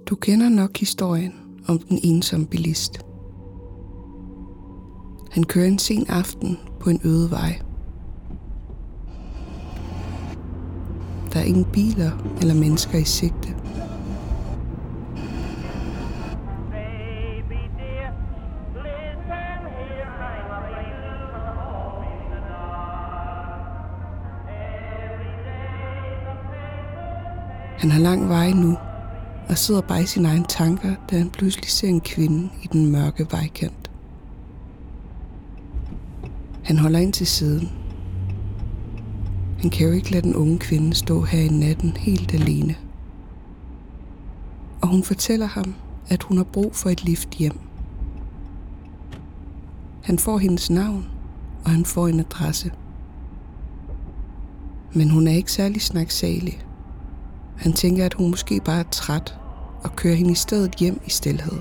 Du kender nok historien om den ensomme bilist. Han kører en sen aften på en øde vej. Der er ingen biler eller mennesker i sigte. Han har lang vej nu og sidder bare i sine egne tanker, da han pludselig ser en kvinde i den mørke vejkant. Han holder ind til siden. Han kan jo ikke lade den unge kvinde stå her i natten helt alene. Og hun fortæller ham, at hun har brug for et lift hjem. Han får hendes navn, og han får en adresse. Men hun er ikke særlig snaksalig. Han tænker, at hun måske bare er træt, og kører hende i stedet hjem i stilhed.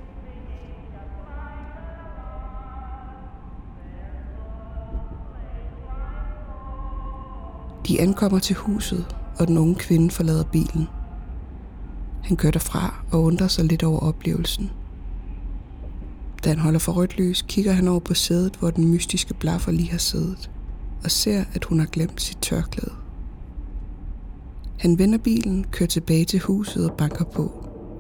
De ankommer til huset, og den unge kvinde forlader bilen. Han kører derfra og undrer sig lidt over oplevelsen. Da han holder for rødt lys, kigger han over på sædet, hvor den mystiske blaffer lige har siddet, og ser, at hun har glemt sit tørklæde. Han vender bilen, kører tilbage til huset og banker på.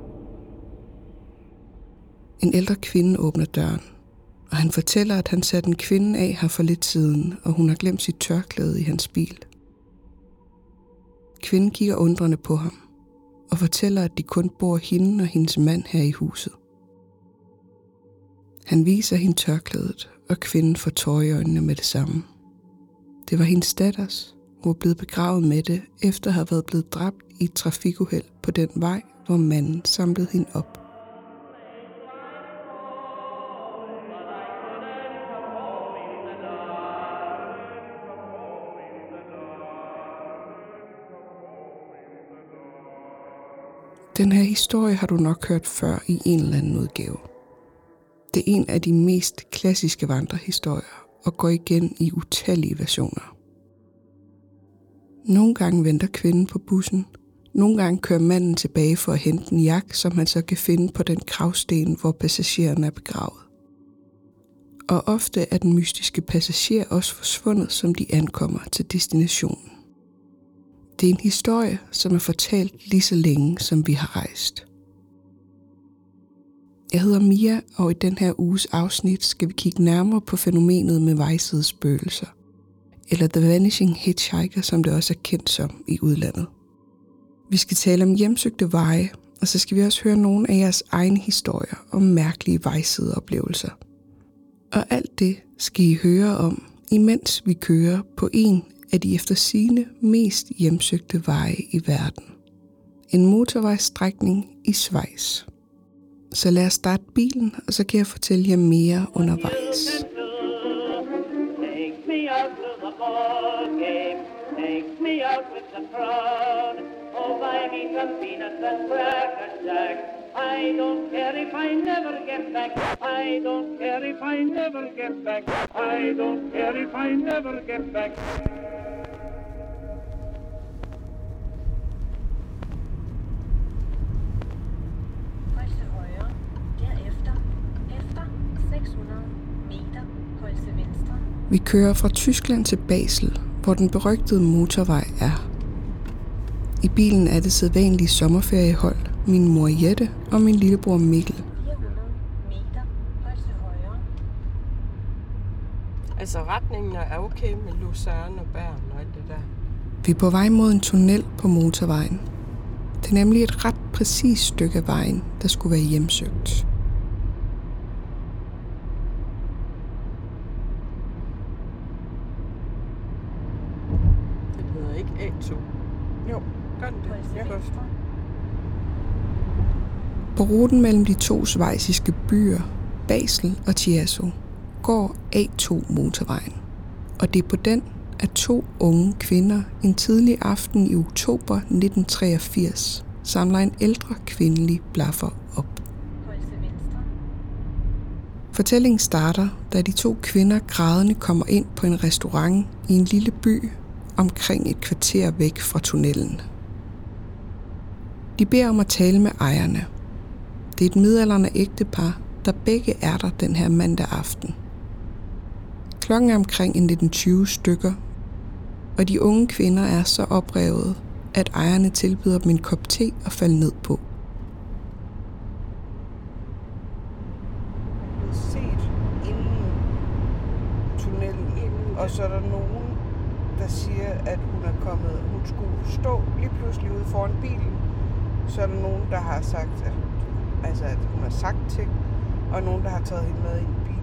En ældre kvinde åbner døren, og han fortæller, at han satte en kvinde af her for lidt siden, og hun har glemt sit tørklæde i hans bil. Kvinden kigger undrende på ham, og fortæller, at de kun bor hende og hendes mand her i huset. Han viser hende tørklædet, og kvinden får tårer i øjnene med det samme. Det var hendes datters. Hun var blevet begravet med det, efter at have været blevet dræbt i et trafikuheld på den vej, hvor manden samlede hende op. Den her historie har du nok hørt før i en eller anden udgave. Det er en af de mest klassiske vandrehistorier og går igen i utallige versioner. Nogle gange venter kvinden på bussen. Nogle gange kører manden tilbage for at hente en jakke, som han så kan finde på den gravsten, hvor passageren er begravet. Og ofte er den mystiske passager også forsvundet, som de ankommer til destinationen. Det er en historie, som er fortalt lige så længe, som vi har rejst. Jeg hedder Mia, og i den her uges afsnit skal vi kigge nærmere på fænomenet med vejsidespøgelser, eller The Vanishing Hitchhiker, som det også er kendt som i udlandet. Vi skal tale om hjemsøgte veje, og så skal vi også høre nogle af jeres egne historier om mærkelige vejsideoplevelser. Og alt det skal I høre om, imens vi kører på en af de eftersigende mest hjemsøgte veje i verden. En motorvejsstrækning i Schweiz. Så lad os starte bilen, og så kan jeg fortælle jer mere undervejs. I don't care if I never get back. I don't care if I never get back. I don't care if I never get back. Hold til højre. Derefter, efter 600 meter, hold til venstre. Vi kører fra Tyskland til Basel, hvor den berygtede motorvej er. I bilen er det sædvanlige sommerferiehold, min mor Jette og min lillebror Mikkel. 400 meter, hold til højre. Altså retningen er okay med Lucerne og Bern og alt det der. Vi er på vej mod en tunnel på motorvejen. Det er nemlig et ret præcist stykke af vejen, der skulle være hjemsøgt. Det hedder ikke A2. Jo, gør den det? Ja, godt. På ruten mellem de to schweiziske byer, Basel og Chiasso, går A2-motorvejen. Og det er på den, at to unge kvinder en tidlig aften i oktober 1983 samler en ældre kvindelig blaffer op. Hold til venstre. Fortællingen starter, da de to kvinder grædende kommer ind på en restaurant i en lille by omkring et kvarter væk fra tunnelen. De beder om at tale med ejerne, Det er et midaldrende ægtepar, der begge er der den her mandag aften. Klokken er omkring 19:20 stykker, og de unge kvinder er så oprevet, at ejerne tilbyder dem en kop te og falder ned på. Jeg har set inden tunnelen, og så er der nogen, der siger, at hun skulle stå lige pludselig ude foran bilen. Så er der nogen, der har sagt, at hun har sagt ting, og nogen, der har taget hende med ind i bilen.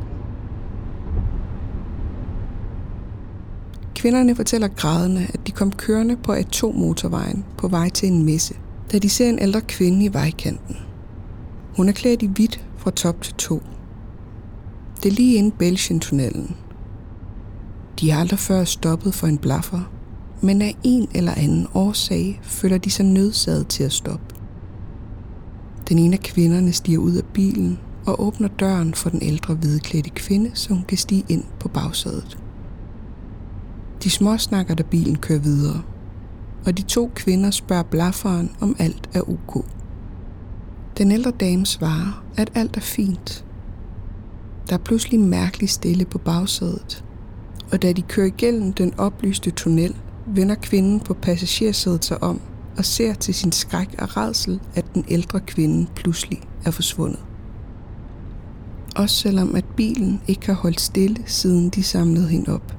Kvinderne fortæller grædende, at de kom kørende på A2-motorvejen på vej til en messe, da de ser en ældre kvinde i vejkanten. Hun er klædt i hvidt fra top til tå. Det er lige inden Belgien-tunnelen. De har aldrig før stoppet for en blaffer, men af en eller anden årsag føler de sig nødsaget til at stoppe. Den ene af kvinderne stiger ud af bilen og åbner døren for den ældre hvidklædte kvinde, så hun kan stige ind på bagsædet. De småsnakker, da bilen kører videre, og de to kvinder spørger blafferen, om alt er ok. Den ældre dame svarer, at alt er fint. Der er pludselig mærkeligt stille på bagsædet, og da de kører igennem den oplyste tunnel, vender kvinden på passagersædet sig om og ser til sin skræk og rædsel, at den ældre kvinde pludselig er forsvundet. Også selvom at bilen ikke har holdt stille, siden de samlede hende op.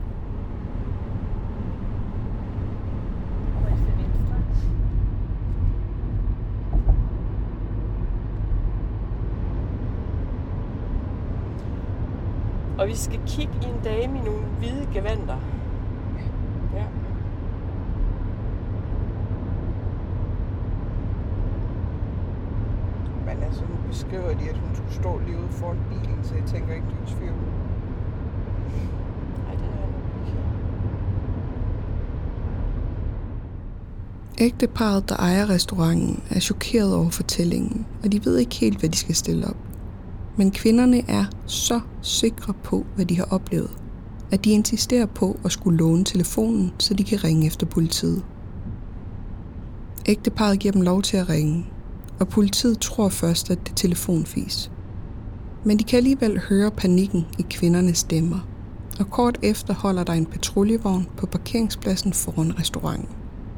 Og vi skal kigge i en dame i nogle hvide gevanter. Ja. Men altså, nu beskriver de, at hun skulle stå lige ude foran bilen, så jeg tænker ikke, det er tvivl. Nej, det er nok ikke. Ægteparret, der ejer restauranten, er chokeret over fortællingen, og de ved ikke helt, hvad de skal stille op. Men kvinderne er så sikre på, hvad de har oplevet, at de insisterer på at skulle låne telefonen, så de kan ringe efter politiet. Ægteparret giver dem lov til at ringe, og politiet tror først, at det er telefonfis. Men de kan alligevel høre panikken i kvindernes stemmer, og kort efter holder der en patruljevogn på parkeringspladsen foran restauranten.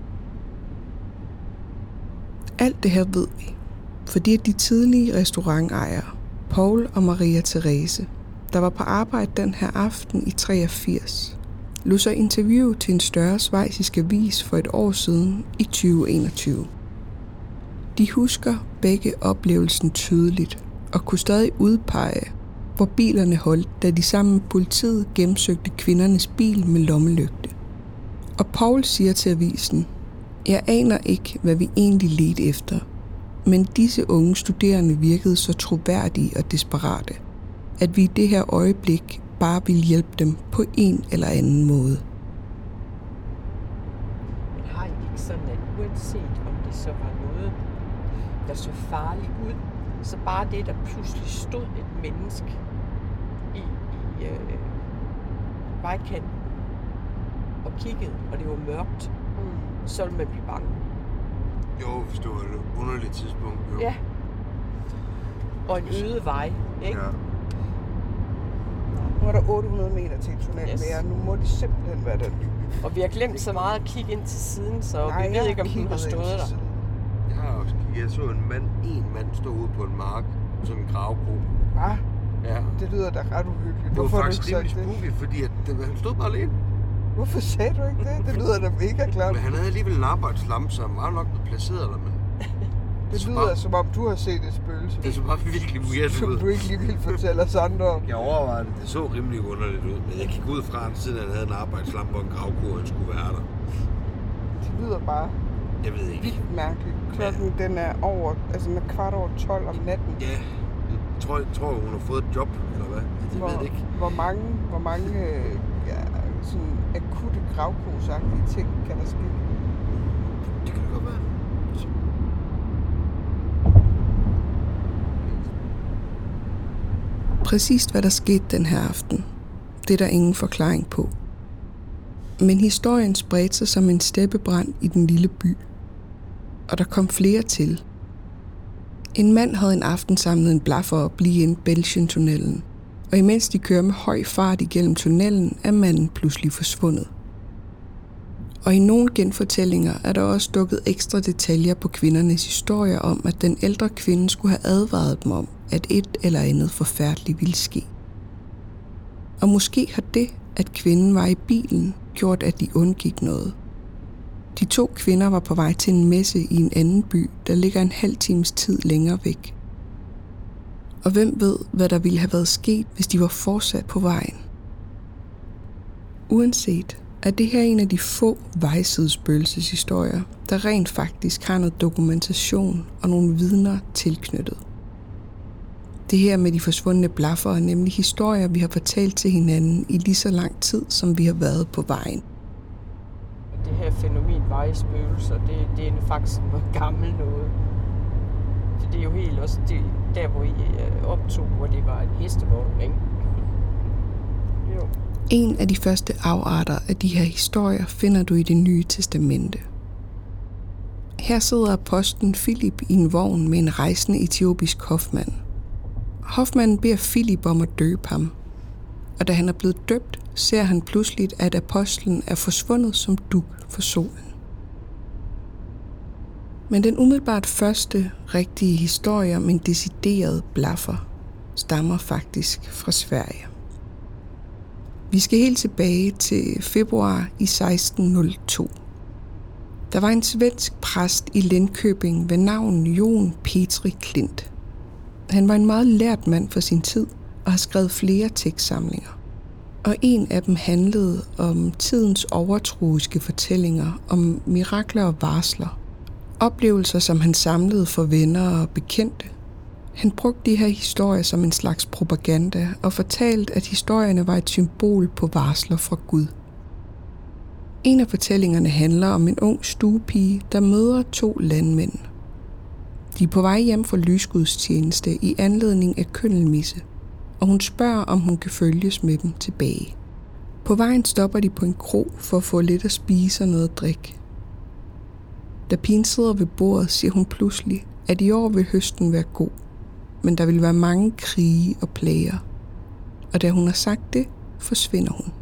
Alt det her ved vi, fordi de tidlige restaurantejere, Paul og Maria Therese, der var på arbejde den her aften i 83, lod sig interview til en større schweizisk avis for et år siden i 2021. De husker begge oplevelsen tydeligt og kunne stadig udpege, hvor bilerne holdt, da de sammen med politiet gennemsøgte kvindernes bil med lommelygte. Og Paul siger til avisen, jeg aner ikke, hvad vi egentlig ledte efter, men disse unge studerende virkede så troværdige og desperate, at vi i det her øjeblik bare ville hjælpe dem på en eller anden måde. Men har I ikke sådan, at uanset om det så var noget, der så farligt ud, så bare det, der pludselig stod et menneske i vejkanten og kiggede, og det var mørkt, så ville man blive bange. Jo, hvis det var et underligt tidspunkt. Jo. Ja. Og en øde vej, ikke? Ja. Nu er der 800 meter til tunnelen mere. Nu må det simpelthen være den. Og vi har glemt så meget at kigge ind til siden, så Nej, vi ved ikke, om hun har stået der. Jeg har også kigget. Jeg så en mand stå ude på en mark, som en gravko. Hvad? Ja. Det lyder da ret uhyggeligt. Det var faktisk rimelig spooky, fordi han stod bare alene. Hvorfor sagde du ikke det? Det lyder da mega klart. Men han havde alligevel en arbejdslampe, så han var nok placeret der, men... Det lyder som om du har set et spøgelse. Det så bare virkelig weird Som ud. du ikke lige vil fortælle os andre om. Jeg overvejede det. Det så rimelig underligt ud, men jeg gik ud fra ham, siden han havde en arbejdslampe og en gravko, og han skulle være der. Det lyder bare Jeg ved ikke. vildt mærkeligt. Klokken den er over, altså den er 12:15 om natten. Ja, jeg tror hun har fået et job, eller hvad? Jeg ved det ikke. Hvor mange sådan akutte gravkosagtige ting kan der ske? Det kan det godt være. Præcist hvad der skete den her aften, det er der ingen forklaring på. Men historien spredte sig som en steppebrand i den lille by, og der kom flere til. En mand havde en aften samlet en blaffer op lige ind Belgian-tunnelen, og imens de kører med høj fart igennem tunnelen, er manden pludselig forsvundet. Og i nogle genfortællinger er der også dukket ekstra detaljer på kvindernes historier om, at den ældre kvinde skulle have advaret dem om, at et eller andet forfærdeligt ville ske. Og måske har det, at kvinden var i bilen, gjort, at de undgik noget. De 2 kvinder var på vej til en messe i en anden by, der ligger en halv times tid længere væk. Og hvem ved, hvad der ville have været sket, hvis de var fortsat på vejen. Uanset er det her en af de få vejsidespøgelseshistorier, der rent faktisk har noget dokumentation og nogle vidner tilknyttet. Det her med de forsvundne blaffer er nemlig historier, vi har fortalt til hinanden i lige så lang tid, som vi har været på vejen. Det her fænomen vejspøgelser, det er faktisk noget gammelt noget. Så det er jo helt også der, hvor I optog, hvor det var en hestevogn, ikke? Jo. En af de første afarter af de her historier finder du i Det Nye Testamente. Her sidder apostlen Filip i en vogn med en rejsende etiopisk hofmand. Hofmanden beder Filip om at døbe ham, og da han er blevet døbt, ser han pludselig, at apostlen er forsvundet som dug for solen. Men den umiddelbart første rigtige historie om en decideret blaffer stammer faktisk fra Sverige. Vi skal helt tilbage til februar i 1602. Der var en svensk præst i Linköping ved navn Jon Petri Klint. Han var en meget lært mand for sin tid og har skrevet flere tekstsamlinger. Og en af dem handlede om tidens overtroiske fortællinger om mirakler og varsler. Oplevelser, som han samlede for venner og bekendte. Han brugte de her historier som en slags propaganda og fortalte, at historierne var et symbol på varsler fra Gud. En af fortællingerne handler om en ung stuepige, der møder 2 landmænd. De er på vej hjem fra lysgudstjeneste i anledning af køndelmisse, og hun spørger, om hun kan følges med dem tilbage. På vejen stopper de på en kro for at få lidt at spise og noget at drikke. Da pigen sidder ved bordet, siger hun pludselig, at i år vil høsten være god, men der vil være mange krige og plager. Og da hun har sagt det, forsvinder hun.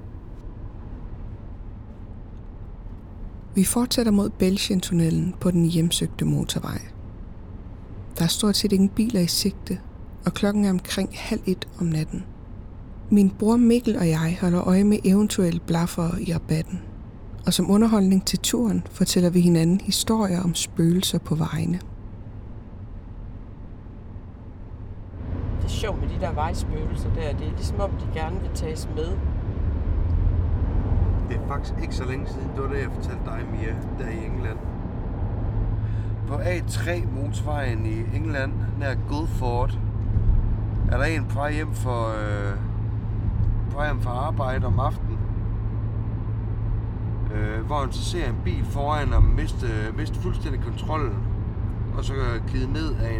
Vi fortsætter mod Belgian-tunnelen på den hjemsøgte motorvej. Der er stort set ingen biler i sigte, og klokken er omkring 12:30 om natten. Min bror Mikkel og jeg holder øje med eventuelle blaffere i rabatten, og som underholdning til turen fortæller vi hinanden historier om spøgelser på vejene. Det er sjovt med de der vejspøgelser der. Det er ligesom om, de gerne vil tages med. Det er faktisk ikke så længe siden. Det var det, jeg fortalte dig, Mia, der i England. På A3-motorvejen i England, nær Guildford, er der en på vej hjem for arbejde om aftenen. Hvor han så ser en bil foran og miste fuldstændig kontrollen. Og så glide ned af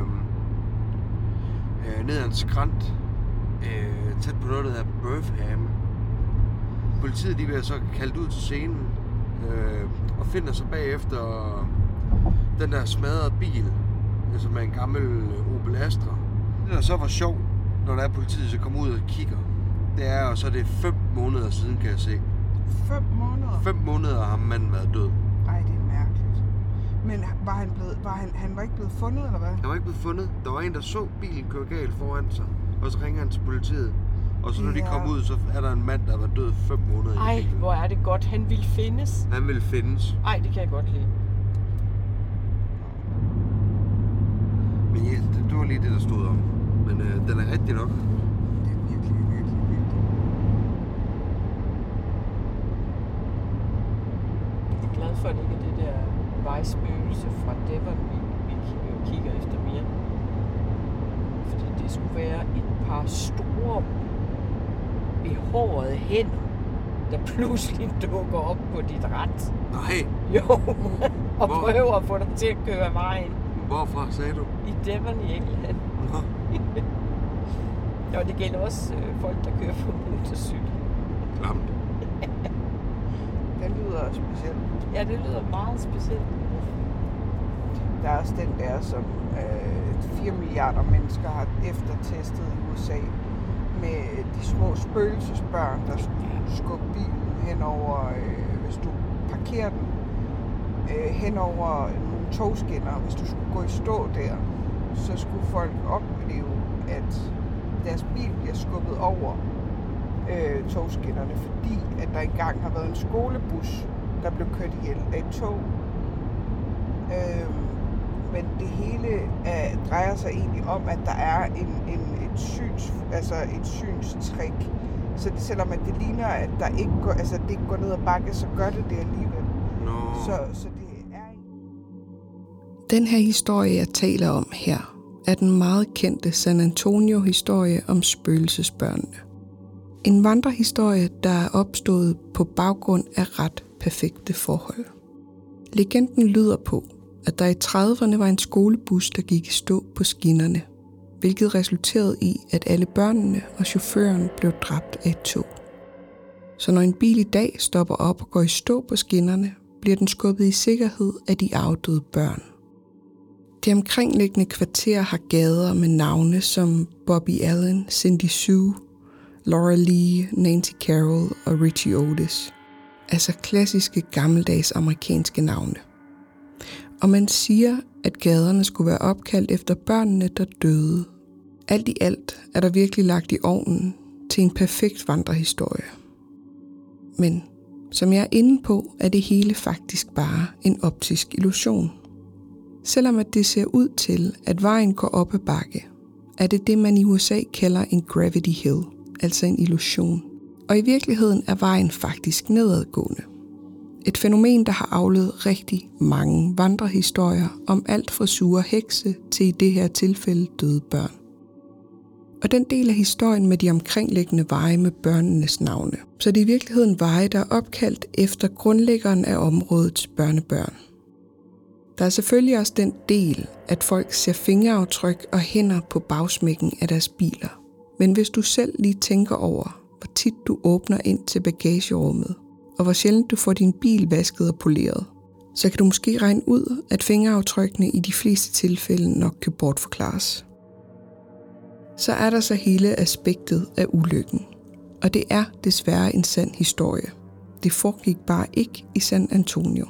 en skrant tæt på noget, der hedder Birmingham. Politiet de bliver så kaldt ud til scenen og finder så bagefter den der smadrede bil, som er en gammel Opel Astra. Det der så var sjovt, når der er politiet så kommer ud og kigger, det er jo så det er 5 måneder siden, kan jeg se. 5 måneder? 5 måneder har manden været død. Ej, det er mærkeligt. Men han var ikke blevet fundet, eller hvad? Han var ikke blevet fundet. Der var en, der så bilen køre galt foran sig, og så ringer han til politiet. Og så når de kom ud, så er der en mand, der var død 5 måneder i bilen. Ej, hvor er det godt. Han ville findes. Han ville findes. Ej, det kan jeg godt lide. Men ja, det var lige det, der stod om. Men den er rigtig nok. Det er virkelig, virkelig vildt. Jeg er glad for, at det ikke er det der vejspøgelse fra Devon, vi kigger efter mere. Fordi det skulle være et par store, behårede hænder, der pludselig dukker op på dit rat. Nej. Jo, og prøver at få dig til at køre vejen. Hvorfra, sagde du? I Devon i England. Ja, det gælder også folk, der kører på motorcykel. Klamt. Det lyder specielt. Ja, det lyder meget specielt. Der er også den der, som 4 milliarder mennesker har eftertestet i USA, med de små spøgelsesbørn, der skubber bilen henover, hvis du parkerer den, henover nogle togskinner. Hvis du skulle gå i stå der, så skulle folk opleve, at deres bil bliver skubbet over togskinnerne, fordi at der engang har været en skolebus, der blev kørt ihjel af et tog. Men det hele drejer sig egentlig om, at der er et synstrick. Så det, selvom at det ligner, at der ikke går, det ikke går ned ad bakke, så gør det alligevel. No. Så det er... Den her historie, jeg taler om her, er den meget kendte San Antonio-historie om spøgelsesbørnene. En vandrehistorie, der er opstået på baggrund af ret perfekte forhold. Legenden lyder på, at der i 30'erne var en skolebus, der gik i stå på skinnerne, hvilket resulterede i, at alle børnene og chaufføren blev dræbt af et tog. Så når en bil i dag stopper op og går i stå på skinnerne, bliver den skubbet i sikkerhed af de afdøde børn. De omkringliggende kvarterer har gader med navne som Bobby Allen, Cindy Sue, Laura Lee, Nancy Carroll og Richie Otis. Altså klassiske gammeldags amerikanske navne. Og man siger, at gaderne skulle være opkaldt efter børnene, der døde. Alt i alt er der virkelig lagt i ovnen til en perfekt vandrehistorie. Men som jeg er inde på, er det hele faktisk bare en optisk illusion. Selvom at det ser ud til, at vejen går op ad bakke, er det man i USA kalder en gravity hill, altså en illusion. Og i virkeligheden er vejen faktisk nedadgående. Et fænomen, der har afledt rigtig mange vandrehistorier om alt fra sure hekse til i det her tilfælde døde børn. Og den del af historien med de omkringliggende veje med børnenes navne. Så det er i virkeligheden veje, der er opkaldt efter grundlæggeren af områdets børnebørn. Der er selvfølgelig også den del, at folk ser fingeraftryk og hænder på bagsmækken af deres biler. Men hvis du selv lige tænker over, hvor tit du åbner ind til bagagerummet, og hvor sjældent du får din bil vasket og poleret, så kan du måske regne ud, at fingeraftrykkene i de fleste tilfælde nok kan bortforklares. Så er der så hele aspektet af ulykken. Og det er desværre en sand historie. Det foregik bare ikke i San Antonio.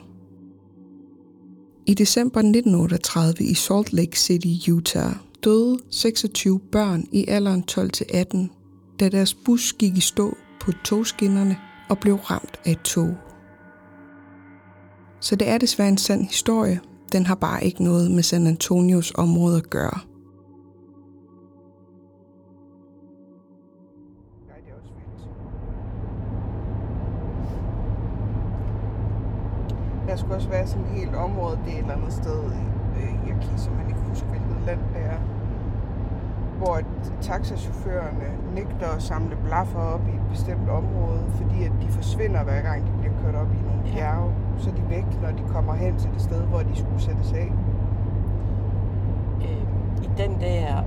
I december 1938 i Salt Lake City, Utah, døde 26 børn i alderen 12-18, da deres bus gik i stå på togskinnerne og blev ramt af et tog. Så det er desværre en sand historie. Den har bare ikke noget med San Antonios område at gøre. Nej, det er også vildt. Der skulle også være sådan et helt område, det er et eller andet sted i Irki, som man ikke husker, hvilket land det er, hvor taxachaufførerne nægter at samle blaffer op i et bestemt område, fordi at de forsvinder hver gang de bliver kørt op i nogle bjerge. Så er de væk, når de kommer hen til det sted, hvor de skulle sættes af. I den der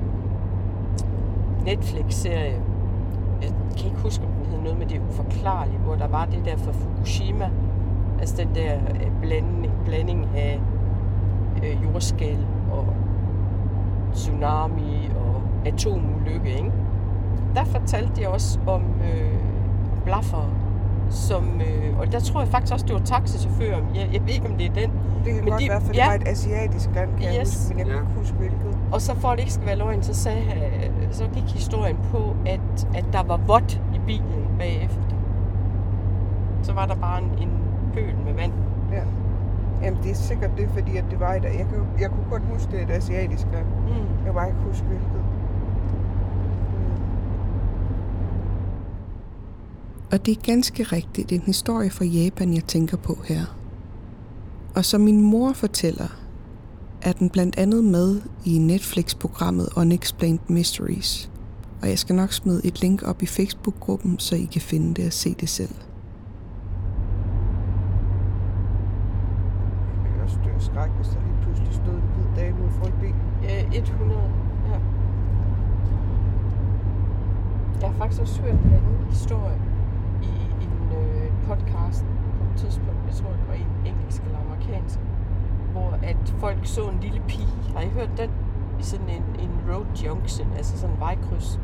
Netflix-serie, jeg kan ikke huske, om den hed noget med det uforklarlige, hvor der var det der fra Fukushima, altså den der blanding af jordskælv og tsunami og atomulykke, ikke? Der fortalte de også om blaffer, som, og der tror jeg faktisk også, det var taxichaufføren. Jeg ved ikke, om det er den. Det kan godt være, for det var et asiatisk land, kan jeg huske, men jeg kan ikke huske, hvilket. Og så for at det ikke skal være løgn, så gik historien på, at der var vådt i bilen bagefter. Så var der bare en pøl med vand. Ja. Jamen, det er sikkert det, fordi at det var et... Jeg kunne godt huske, det er et asiatisk land. Jeg kan bare ikke huske, hvilket. Og det er ganske rigtigt en historie fra Japan, jeg tænker på her. Og som min mor fortæller, er den blandt andet med i Netflix-programmet Unexplained Mysteries. Og jeg skal nok smide et link op i Facebook-gruppen, så I kan finde det og se det selv. Det er skræk, hvis der lige pludselig stod en hvid dame ude foran bilen. 100, ja. Jeg har faktisk også hørt en anden historie i en podcast på et tidspunkt. Jeg tror, det var en engelsk eller amerikansk, hvor at folk så en lille pige. Har I hørt den? I sådan en road junction, altså sådan en vejkryds.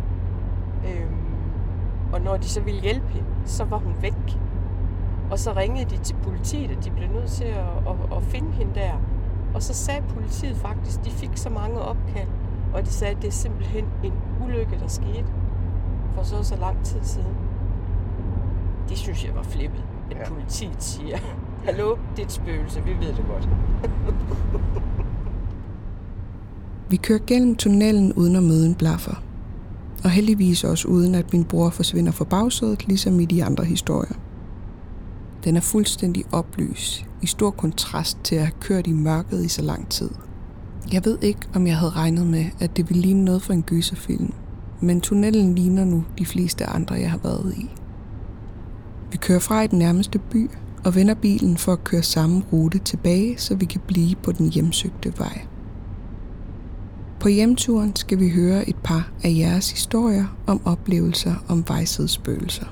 Og når de så ville hjælpe hende, så var hun væk. Og så ringede de til politiet, at de blev nødt til at finde hende der. Og så sagde politiet faktisk, de fik så mange opkald, og de sagde, at det er simpelthen en ulykke, der skete for så lang tid siden. Det synes jeg var flippet, at politiet siger, hallo, det er et spøgelse, vi ved det godt. Vi kører gennem tunnelen uden at møde en blaffer. Og heldigvis også uden, at min bror forsvinder fra bagsædet, ligesom i de andre historier. Den er fuldstændig oplyst, i stor kontrast til at have kørt i mørket i så lang tid. Jeg ved ikke, om jeg havde regnet med, at det ville ligne noget fra en gyserfilm, men tunnelen ligner nu de fleste andre, jeg har været i. Vi kører fra i den nærmeste by og vender bilen for at køre samme rute tilbage, så vi kan blive på den hjemsøgte vej. På hjemturen skal vi høre et par af jeres historier om oplevelser om vejsidespøgelser.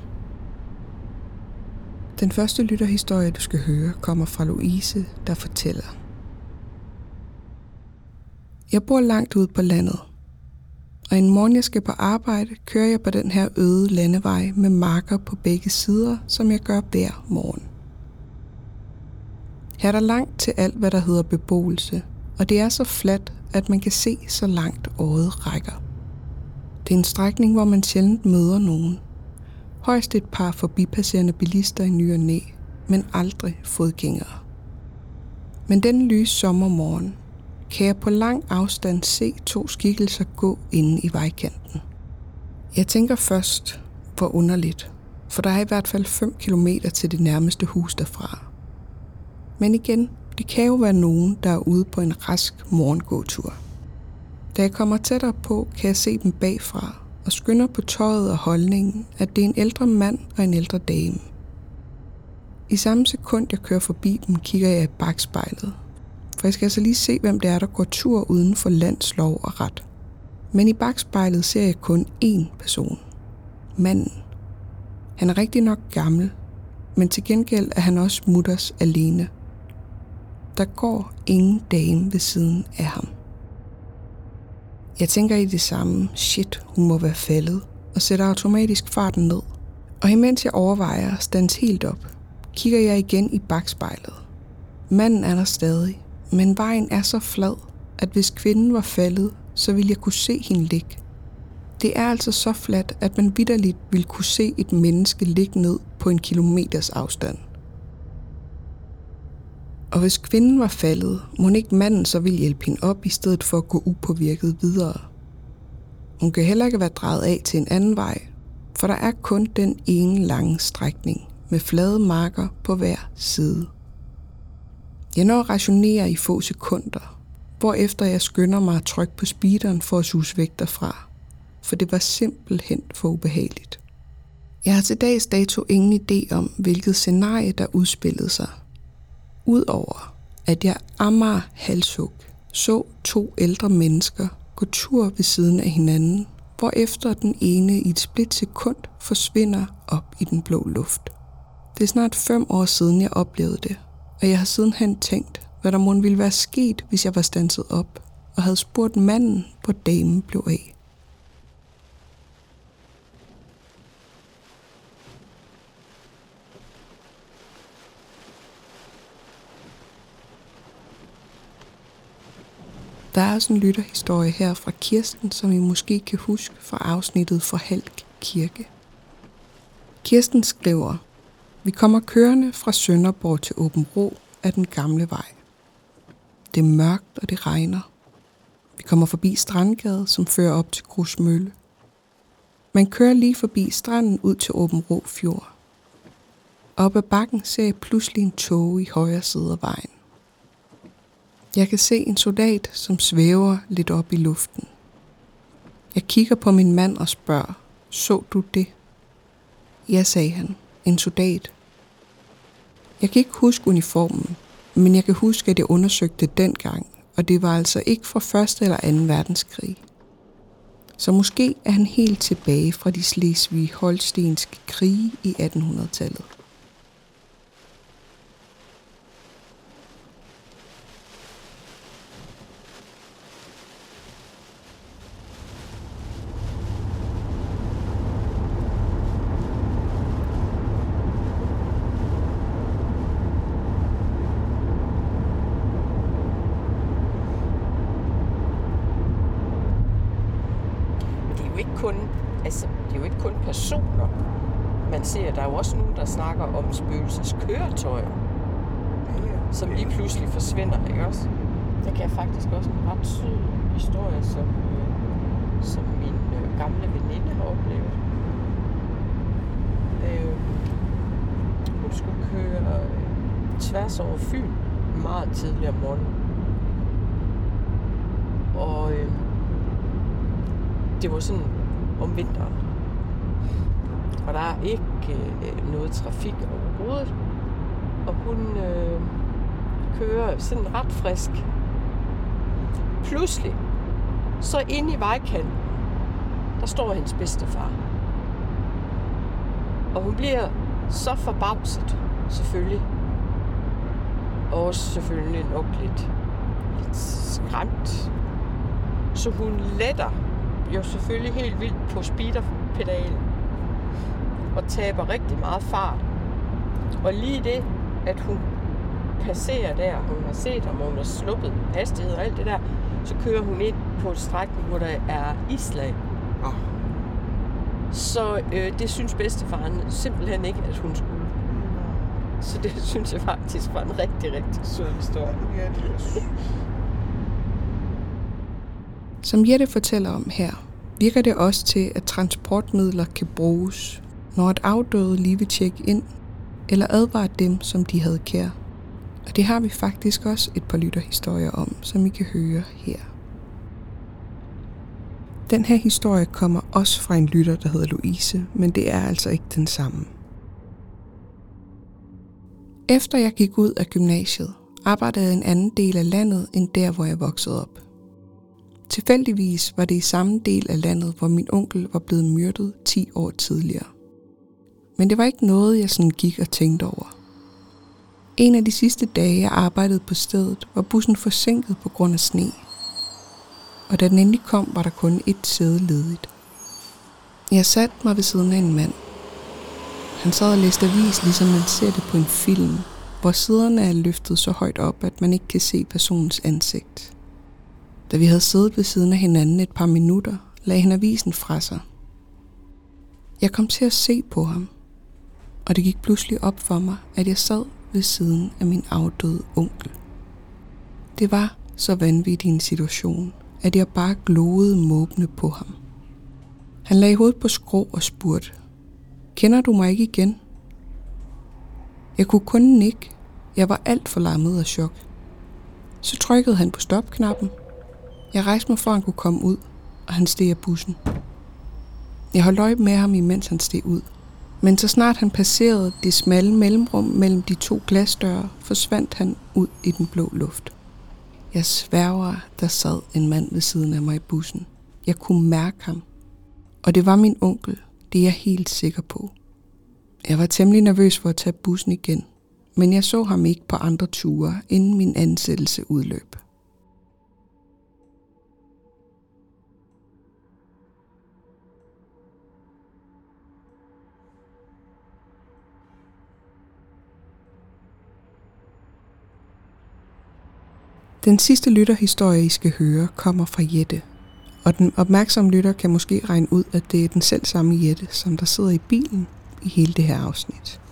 Den første lytterhistorie, du skal høre, kommer fra Louise, der fortæller. Jeg bor langt ude på landet, og en morgen jeg skal på arbejde, kører jeg på den her øde landevej med marker på begge sider, som jeg gør hver morgen. Her er der langt til alt, hvad der hedder beboelse, og det er så fladt, at man kan se så langt øjet rækker. Det er en strækning, hvor man sjældent møder nogen. Højst et par forbipasserende bilister i ny og næ, men aldrig fodgængere. Men den lyse sommermorgen kan jeg på lang afstand se 2 skikkelser gå inde i vejkanten. Jeg tænker først, hvor underligt, for der er i hvert fald 5 kilometer til det nærmeste hus derfra. Men igen, det kan jo være nogen, der er ude på en rask morgengåtur. Da jeg kommer tættere på, kan jeg se dem bagfra og skynder på tøjet og holdningen, at det er en ældre mand og en ældre dame. I samme sekund, jeg kører forbi dem, kigger jeg i bakspejlet. For jeg skal altså lige se, hvem det er, der går tur uden for lands lov og ret. Men i bakspejlet ser jeg kun én person. Manden. Han er rigtig nok gammel, men til gengæld er han også mutters alene. Der går ingen dame ved siden af ham. Jeg tænker i det samme, shit, hun må være faldet, og sætter automatisk farten ned. Og imens jeg overvejer at stands helt op, kigger jeg igen i bakspejlet. Manden er der stadig, men vejen er så flad, at hvis kvinden var faldet, så ville jeg kunne se hende ligge. Det er altså så fladt, at man vitterligt ville kunne se et menneske ligge ned på 1 kilometers afstand. Og hvis kvinden var faldet, må ikke manden så ville hjælpe hende op, i stedet for at gå upåvirket videre. Hun kan heller ikke være drejet af til en anden vej, for der er kun den ene lange strækning med flade marker på hver side. Jeg når at rationere i få sekunder, hvorefter jeg skynder mig at trykke på speederen for at suse væk derfra, for det var simpelthen for ubehageligt. Jeg har til dags dato ingen idé om, hvilket scenarie der udspillede sig. Udover at jeg amager halshug så 2 ældre mennesker gå tur ved siden af hinanden, hvorefter den ene i et splitsekund forsvinder op i den blå luft. Det er snart 5 år siden, jeg oplevede det, og jeg har sidenhen tænkt, hvad der mon ville være sket, hvis jeg var standset op og havde spurgt manden, hvor damen blev af. Der er også en lytterhistorie her fra Kirsten, som I måske kan huske fra afsnittet fra Halk Kirke. Kirsten skriver, vi kommer kørende fra Sønderborg til Åbenrå af den gamle vej. Det er mørkt, og det regner. Vi kommer forbi Strandgade, som fører op til Grusmølle. Man kører lige forbi stranden ud til Åbenrå Fjord. Op ad bakken ser jeg pludselig en tåge i højre side af vejen. Jeg kan se en soldat, som svæver lidt op i luften. Jeg kigger på min mand og spørger, så du det? Ja, sagde han. En soldat. Jeg kan ikke huske uniformen, men jeg kan huske, at jeg undersøgte det dengang, og det var altså ikke fra 1. eller 2. verdenskrig. Så måske er han helt tilbage fra de slesvig-holstenske krige i 1800-tallet. det er jo ikke kun personer, man ser. Der er jo også nogen, der snakker om spøgelseskøretøjer, som lige pludselig forsvinder, ikke også? Der kan jeg faktisk også en ret sød historie, som min gamle veninde har oplevet. Hun skulle køre tværs over Fyn meget tidligere om morgenen. Og det var sådan om vinteren. Og der er ikke noget trafik overhovedet. Og hun kører sådan ret frisk. Pludselig, så inde i vejkanten, der står hendes bedstefar. Og hun bliver så forbavset, selvfølgelig. Og også selvfølgelig nok lidt skræmt. Så hun letter jo selvfølgelig helt vildt på speederpedalen og taber rigtig meget fart. Og lige det, at hun passerer der, hun har set ham, hun har sluppet hastighed og alt det der, så kører hun ind på et strækning, hvor der er islag. Så det synes bedstefaren simpelthen ikke, at hun skulle. Så det synes jeg faktisk var en rigtig, rigtig sød historie. Som Jette fortæller om her, virker det også til, at transportmidler kan bruges, når et afdøde lige vil tjekke ind, eller advare dem, som de havde kær. Og det har vi faktisk også et par lytterhistorier om, som I kan høre her. Den her historie kommer også fra en lytter, der hedder Louise, men det er altså ikke den samme. Efter jeg gik ud af gymnasiet, arbejdede jeg i en anden del af landet end der, hvor jeg voksede op. Tilfældigvis var det i samme del af landet, hvor min onkel var blevet myrdet 10 år tidligere. Men det var ikke noget, jeg sådan gik og tænkte over. En af de sidste dage, jeg arbejdede på stedet, var bussen forsinket på grund af sne. Og da den endelig kom, var der kun et sæde ledigt. Jeg satte mig ved siden af en mand. Han sad og læste avis, ligesom man ser det på en film, hvor siderne er løftet så højt op, at man ikke kan se personens ansigt. Da vi havde siddet ved siden af hinanden et par minutter, lagde han avisen fra sig. Jeg kom til at se på ham, og det gik pludselig op for mig, at jeg sad ved siden af min afdøde onkel. Det var så vanvittig en situation, at jeg bare gloede måbende på ham. Han lagde hovedet på skrå og spurgte, "Kender du mig ikke igen?" Jeg kunne kun nikke. Jeg var alt for lammet af chok. Så trykkede han på stopknappen. Jeg rejste mig for, at han kunne komme ud, og han steg af bussen. Jeg holdt øje med ham, imens han steg ud. Men så snart han passerede det smalle mellemrum mellem de 2 glasdøre, forsvandt han ud i den blå luft. Jeg sværger, der sad en mand ved siden af mig i bussen. Jeg kunne mærke ham. Og det var min onkel, det er jeg helt sikker på. Jeg var temmelig nervøs for at tage bussen igen, men jeg så ham ikke på andre ture, inden min ansættelse udløb. Den sidste lytterhistorie, I skal høre, kommer fra Jette. Og den opmærksomme lytter kan måske regne ud, at det er den selv samme Jette, som der sidder i bilen i hele det her afsnit.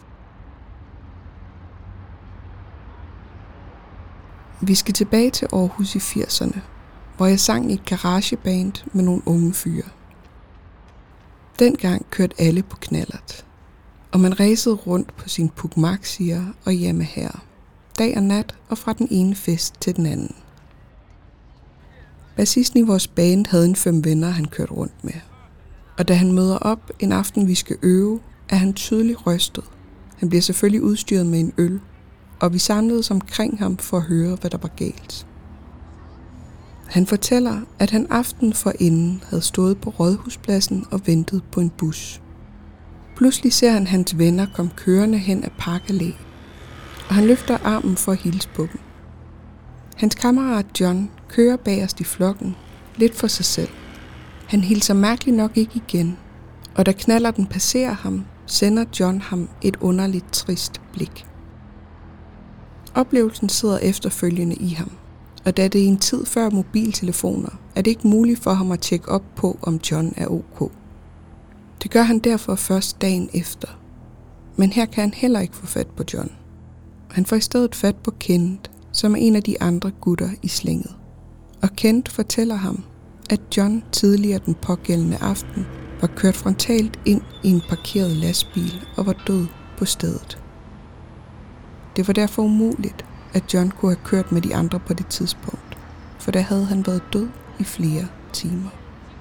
Vi skal tilbage til Aarhus i 80'erne, hvor jeg sang i et garageband med nogle unge fyre. Dengang kørte alle på knallert, og man racede rundt på sin Puch Maxier og Yamahaer, dag og nat og fra den ene fest til den anden. Bassisten i vores band havde en 5 venner, han kørte rundt med. Og da han møder op en aften, vi skal øve, er han tydeligt rystet. Han bliver selvfølgelig udstyret med en øl, og vi samledes omkring ham for at høre, hvad der var galt. Han fortæller, at han aften forinden havde stået på Rådhuspladsen og ventet på en bus. Pludselig ser han hans venner komme kørende hen ad Parkallé, og han løfter armen for at hilse på dem. Hans kammerat John kører bagerst i flokken, lidt for sig selv. Han hilser mærkeligt nok ikke igen, og da knallerten passerer ham, sender John ham et underligt trist blik. Oplevelsen sidder efterfølgende i ham, Og da det er en tid før mobiltelefoner, er det ikke muligt for ham at tjekke op på, om John er ok. Det gør han derfor først dagen efter. Men her kan han heller ikke få fat på John. Han får i stedet fat på Kent, som er en af de andre gutter i slænget. Og Kent fortæller ham, at John tidligere den pågældende aften var kørt frontalt ind i en parkeret lastbil og var død på stedet. Det var derfor umuligt, at John kunne have kørt med de andre på det tidspunkt, for der havde han været død i flere timer.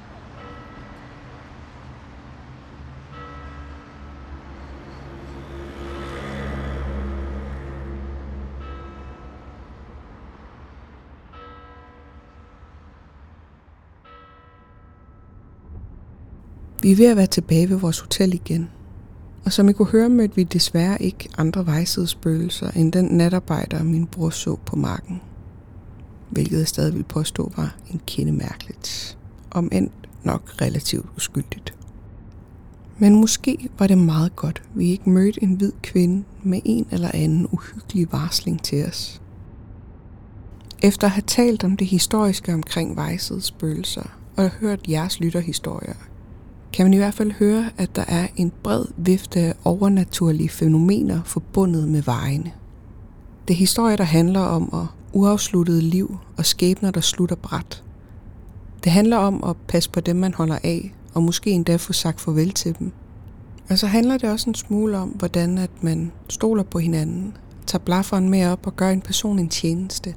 Vi er ved at være tilbage ved vores hotel igen, og som I kunne høre, mødte vi desværre ikke andre vejsidespøgelser end den natarbejder, min bror så på marken. Hvilket jeg stadig vil påstå var en kende mærkeligt, om end nok relativt uskyldigt. Men måske var det meget godt, vi ikke mødte en hvid kvinde med en eller anden uhyggelig varsling til os. Efter at have talt om det historiske omkring vejsidespøgelser og hørt jeres lytterhistorier, kan man i hvert fald høre, at der er en bred vifte af overnaturlige fænomener forbundet med vejene. Det er historier, der handler om uafsluttede liv og skæbner, der slutter brat. Det handler om at passe på dem, man holder af, og måske endda få sagt farvel til dem. Og så handler det også en smule om, hvordan at man stoler på hinanden, tager blafferen med op og gør en person en tjeneste.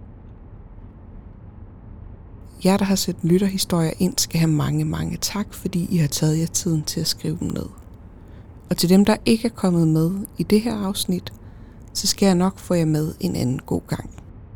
Jer, der har sendt lytterhistorier ind, skal have mange tak, fordi I har taget jer tiden til at skrive dem ned. Og til dem, der ikke er kommet med i det her afsnit, så skal jeg nok få jer med en anden god gang.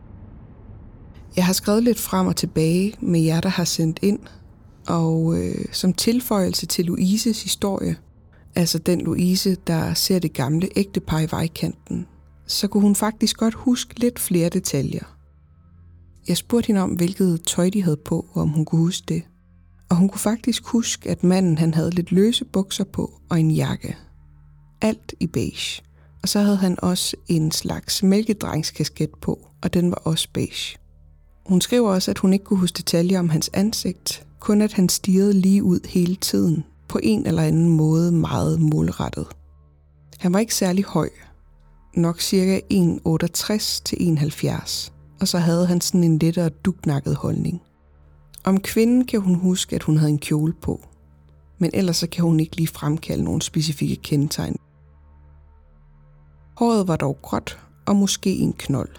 Jeg har skrevet lidt frem og tilbage med jer, der har sendt ind, og som tilføjelse til Louises historie, altså den Louise, der ser det gamle ægtepar i vejkanten, så kunne hun faktisk godt huske lidt flere detaljer. Jeg spurgte hende om, hvilket tøj de havde på, og om hun kunne huske det. Og hun kunne faktisk huske, at manden han havde lidt løse bukser på og en jakke. Alt i beige. Og så havde han også en slags mælkedrengskasket på, og den var også beige. Hun skriver også, at hun ikke kunne huske detaljer om hans ansigt, kun at han stirrede lige ud hele tiden, på en eller anden måde meget målrettet. Han var ikke særlig høj, nok cirka 1,68 til 1,70. Og så havde han sådan en lettere dugknakket holdning. Om kvinden kan hun huske, at hun havde en kjole på, men ellers så kan hun ikke lige fremkalde nogle specifikke kendetegn. Håret var dog gråt og måske en knold.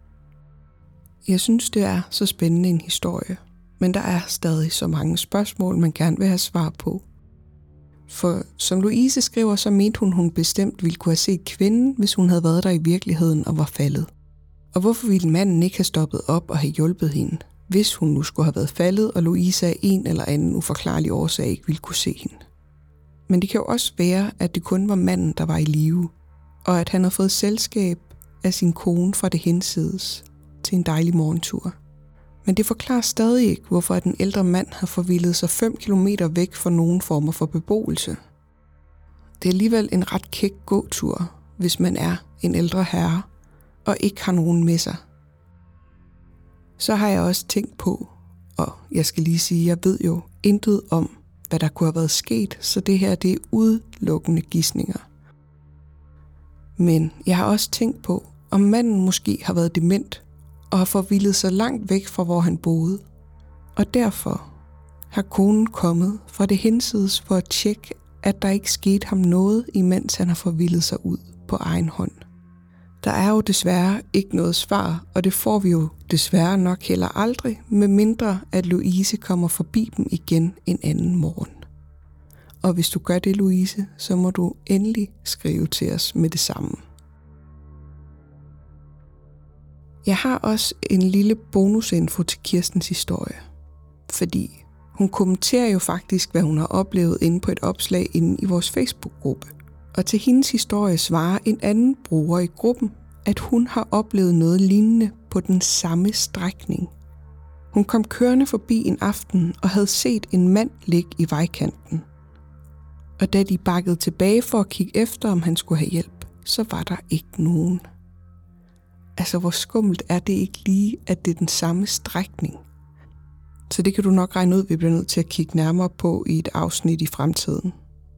Jeg synes, det er så spændende en historie, men der er stadig så mange spørgsmål, man gerne vil have svar på. For som Louise skriver, så mente hun bestemt ville kunne have set kvinden, hvis hun havde været der i virkeligheden og var faldet. Og hvorfor ville manden ikke have stoppet op og have hjulpet hende, hvis hun nu skulle have været faldet, og Louise af en eller anden uforklarlig årsag ikke ville kunne se hende? Men det kan jo også være, at det kun var manden, der var i live, og at han havde fået selskab af sin kone fra det hinsides til en dejlig morgentur. Men det forklarer stadig ikke, hvorfor den ældre mand har forvildet sig 5 kilometer væk fra nogen former for beboelse. Det er alligevel en ret kæk gåtur, hvis man er en ældre herre, og ikke har nogen med sig. Så har jeg også tænkt på, og jeg skal lige sige, jeg ved jo intet om, hvad der kunne have været sket, så det her det er udelukkende gisninger. Men jeg har også tænkt på, om manden måske har været dement, og har forvildet sig langt væk fra, hvor han boede. Og derfor har konen kommet fra det hinsides for at tjekke, at der ikke skete ham noget, imens han har forvildet sig ud på egen hånd. Der er jo desværre ikke noget svar, og det får vi jo desværre nok heller aldrig, med mindre at Louise kommer forbi dem igen en anden morgen. Og hvis du gør det, Louise, så må du endelig skrive til os med det samme. Jeg har også en lille bonusinfo til Kirstens historie, fordi hun kommenterer jo faktisk, hvad hun har oplevet inde på et opslag inde i vores Facebook-gruppe. Og til hendes historie svarer en anden bruger i gruppen, at hun har oplevet noget lignende på den samme strækning. Hun kom kørende forbi en aften og havde set en mand ligge i vejkanten. Og da de bakkede tilbage for at kigge efter, om han skulle have hjælp, så var der ikke nogen. Altså, hvor skummelt er det ikke lige, at det er den samme strækning? Så det kan du nok regne ud, vi bliver nødt til at kigge nærmere på i et afsnit i fremtiden.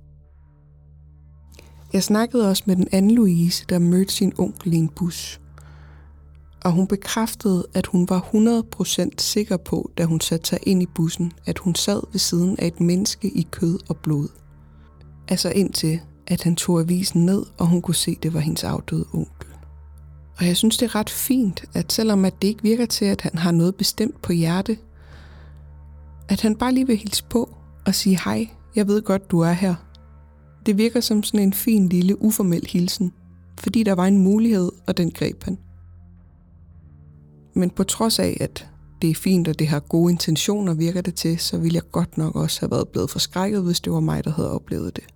Jeg snakkede også med den anden Louise, der mødte sin onkel i en bus. Og hun bekræftede, at hun var 100% sikker på, da hun satte sig ind i bussen, at hun sad ved siden af et menneske i kød og blod. Altså indtil, at han tog avisen ned, og hun kunne se, at det var hendes afdøde onkel. Og jeg synes, det er ret fint, at selvom at det ikke virker til, at han har noget bestemt på hjerte, at han bare lige vil hilse på og sige hej, jeg ved godt, du er her. Det virker som sådan en fin lille uformel hilsen, fordi der var en mulighed, og den greb han. Men på trods af, at det er fint, og det har gode intentioner, virker det til, så ville jeg godt nok også have været blevet forskrækket, hvis det var mig, der havde oplevet det.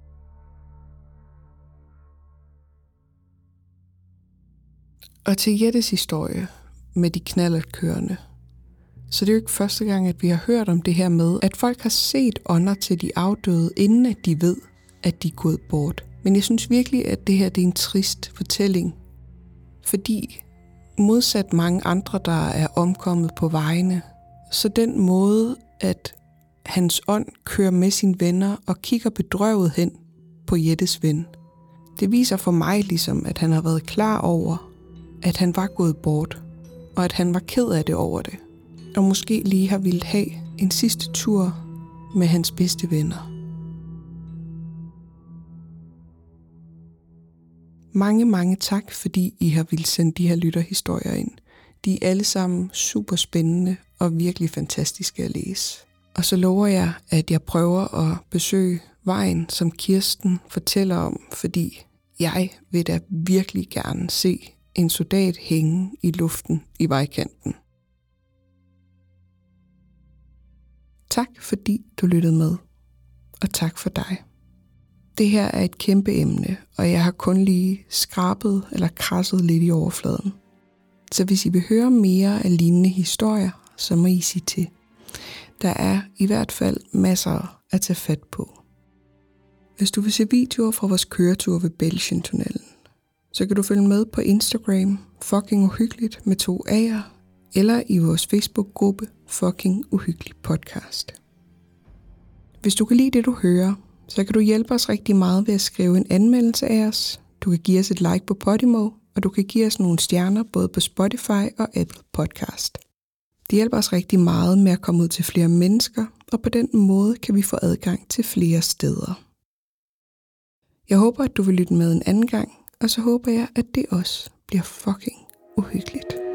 Og til Jettes historie med de knallertkørende, så det er jo ikke første gang, at vi har hørt om det her med, at folk har set ånder til de afdøde, inden at de ved, at de er gået bort. Men jeg synes virkelig, at det her det er en trist fortælling, fordi modsat mange andre, der er omkommet på vejene, så den måde, at hans ånd kører med sine venner og kigger bedrøvet hen på Jettes ven, det viser for mig ligesom, at han har været klar over, at han var gået bort, og at han var ked af det over det, og måske lige har ville have en sidste tur med hans bedste venner. Mange tak, fordi I har ville sende de her lytterhistorier ind. De er alle sammen super spændende og virkelig fantastiske at læse. Og så lover jeg, at jeg prøver at besøge vejen, som Kirsten fortæller om, fordi jeg vil da virkelig gerne se en soldat hænge i luften i vejkanten. Tak fordi du lyttede med, og tak for dig. Det her er et kæmpe emne, og jeg har kun lige skrabet eller krasset lidt i overfladen. Så hvis I vil høre mere af lignende historier, så må I sige til. Der er i hvert fald masser at tage fat på. Hvis du vil se videoer fra vores køretur ved Belgian-tunnelen, så kan du følge med på Instagram, Fucking Uhyggeligt med 2 A'er, eller i vores Facebook-gruppe Fucking Uhyggelig Podcast. Hvis du kan lide det, du hører, så kan du hjælpe os rigtig meget ved at skrive en anmeldelse af os. Du kan give os et like på Podimo, og du kan give os nogle stjerner både på Spotify og Apple Podcast. Det hjælper os rigtig meget med at komme ud til flere mennesker, og på den måde kan vi få adgang til flere steder. Jeg håber, at du vil lytte med en anden gang, og så håber jeg, at det også bliver fucking uhyggeligt.